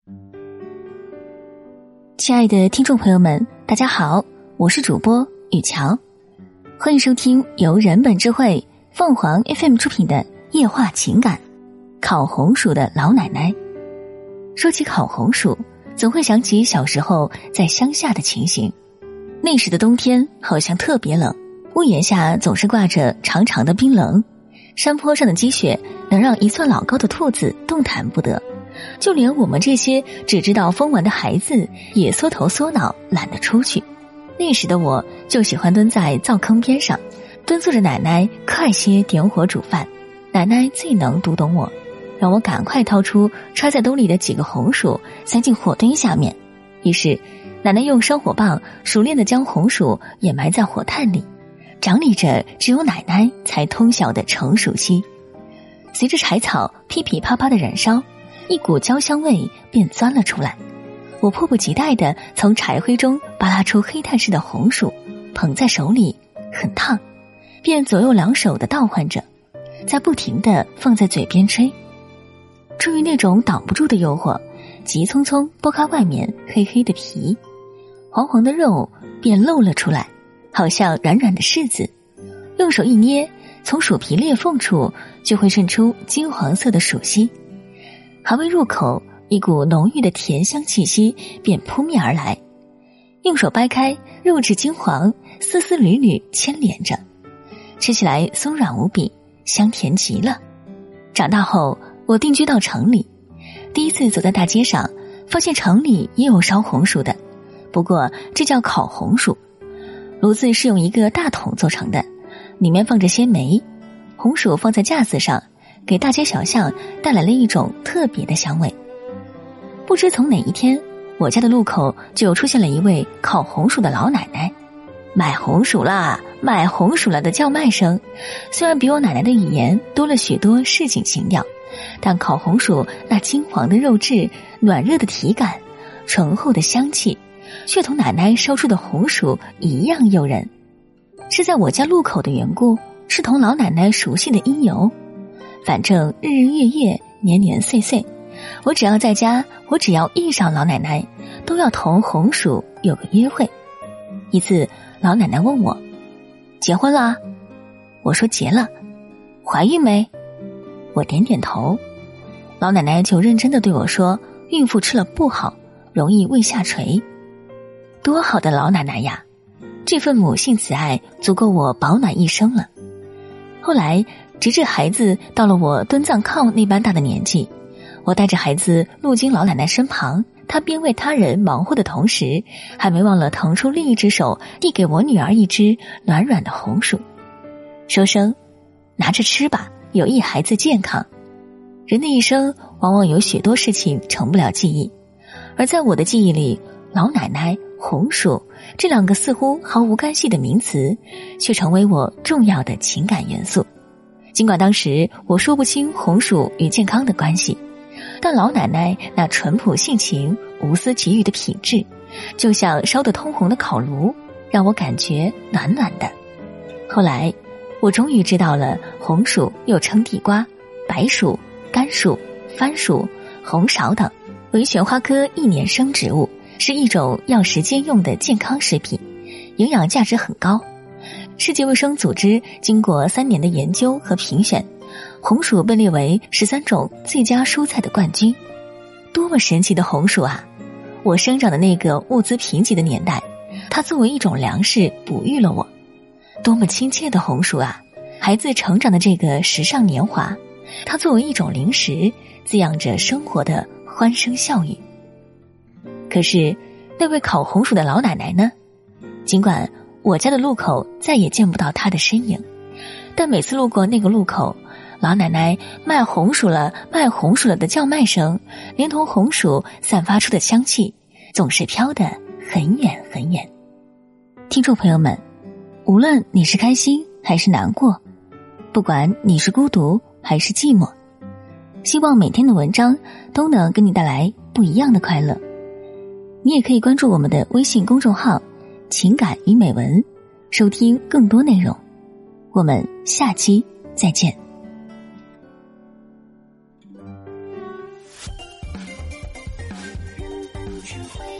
亲爱的听众朋友们，大家好，我是主播雨乔，欢迎收听由人本智慧凤凰 FM 出品的夜话情感。烤红薯的老奶奶。说起烤红薯，总会想起小时候在乡下的情形。那时的冬天好像特别冷，屋檐下总是挂着长长的冰棱，山坡上的积雪能让一寸老高的兔子动弹不得，就连我们这些只知道疯玩的孩子也缩头缩脑，懒得出去。那时的我就喜欢蹲在灶坑边上，敦促着奶奶快些点火煮饭。奶奶最能读懂我，让我赶快掏出揣在兜里的几个红薯塞进火堆下面。于是奶奶用烧火棒熟练地将红薯掩埋在火炭里，掌理着只有奶奶才通晓的成熟期。随着柴草噼噼啪啪的燃烧，一股焦香味便钻了出来。我迫不及待地从柴灰中扒拉出黑炭似的红薯，捧在手里，很烫，便左右两手地倒换着，再不停地放在嘴边吹。出于那种挡不住的诱惑，急匆匆剥开外面黑黑的皮，黄黄的肉便露了出来，好像软软的柿子。用手一捏，从薯皮裂缝处就会渗出金黄色的薯息，还未入口，一股浓郁的甜香气息便扑面而来。用手掰开，肉质金黄，丝丝缕缕牵连着，吃起来松软无比，香甜极了。长大后我定居到城里，第一次走在大街上，发现城里也有烧红薯的，不过这叫烤红薯。炉子是用一个大桶做成的，里面放着些煤，红薯放在架子上，给大街小巷带来了一种特别的香味。不知从哪一天，我家的路口就出现了一位烤红薯的老奶奶，买红薯啦，买红薯了的叫卖声，虽然比我奶奶的语言多了许多市井情调，但烤红薯那金黄的肉质、暖热的体感、醇厚的香气，却同奶奶烧出的红薯一样诱人。是在我家路口的缘故，是同老奶奶熟悉的因由，反正日日月月，年年岁岁，我只要在家，我只要遇上老奶奶，都要同红薯有个约会。一次老奶奶问我，结婚了？我说结了。怀孕没？我点点头。老奶奶就认真地对我说，孕妇吃了不好，容易胃下垂。多好的老奶奶呀，这份母性慈爱足够我保暖一生了。后来直至孩子到了我蹲葬炕那般大的年纪，我带着孩子路经老奶奶身旁，她边为他人忙活的同时，还没忘了腾出另一只手递给我女儿一只暖软的红薯，说声拿着吃吧，有益孩子健康。人的一生往往有许多事情成不了记忆，而在我的记忆里，老奶奶、红薯这两个似乎毫无干系的名词，却成为我重要的情感元素。尽管当时我说不清红薯与健康的关系，但老奶奶那淳朴性情、无私给予的品质，就像烧得通红的烤炉，让我感觉暖暖的。后来我终于知道了，红薯又称地瓜、白薯、甘薯、番薯、红苕等，为玄花科一年生植物，是一种药食兼用的健康食品，营养价值很高。世界卫生组织经过3年的研究和评选，红薯被列为13种最佳蔬菜的冠军。多么神奇的红薯啊！我生长的那个物资贫瘠的年代，它作为一种粮食哺育了我。多么亲切的红薯啊！孩子成长的这个时尚年华，它作为一种零食，滋养着生活的欢声笑语。可是那位烤红薯的老奶奶呢？尽管我家的路口再也见不到她的身影，但每次路过那个路口，老奶奶卖红薯了，卖红薯了的叫卖声，连同红薯散发出的香气，总是飘得很远很远。听众朋友们，无论你是开心还是难过，不管你是孤独还是寂寞，希望每天的文章都能给你带来不一样的快乐。你也可以关注我们的微信公众号情感与美文，收听更多内容。我们下期再见。 成回忆。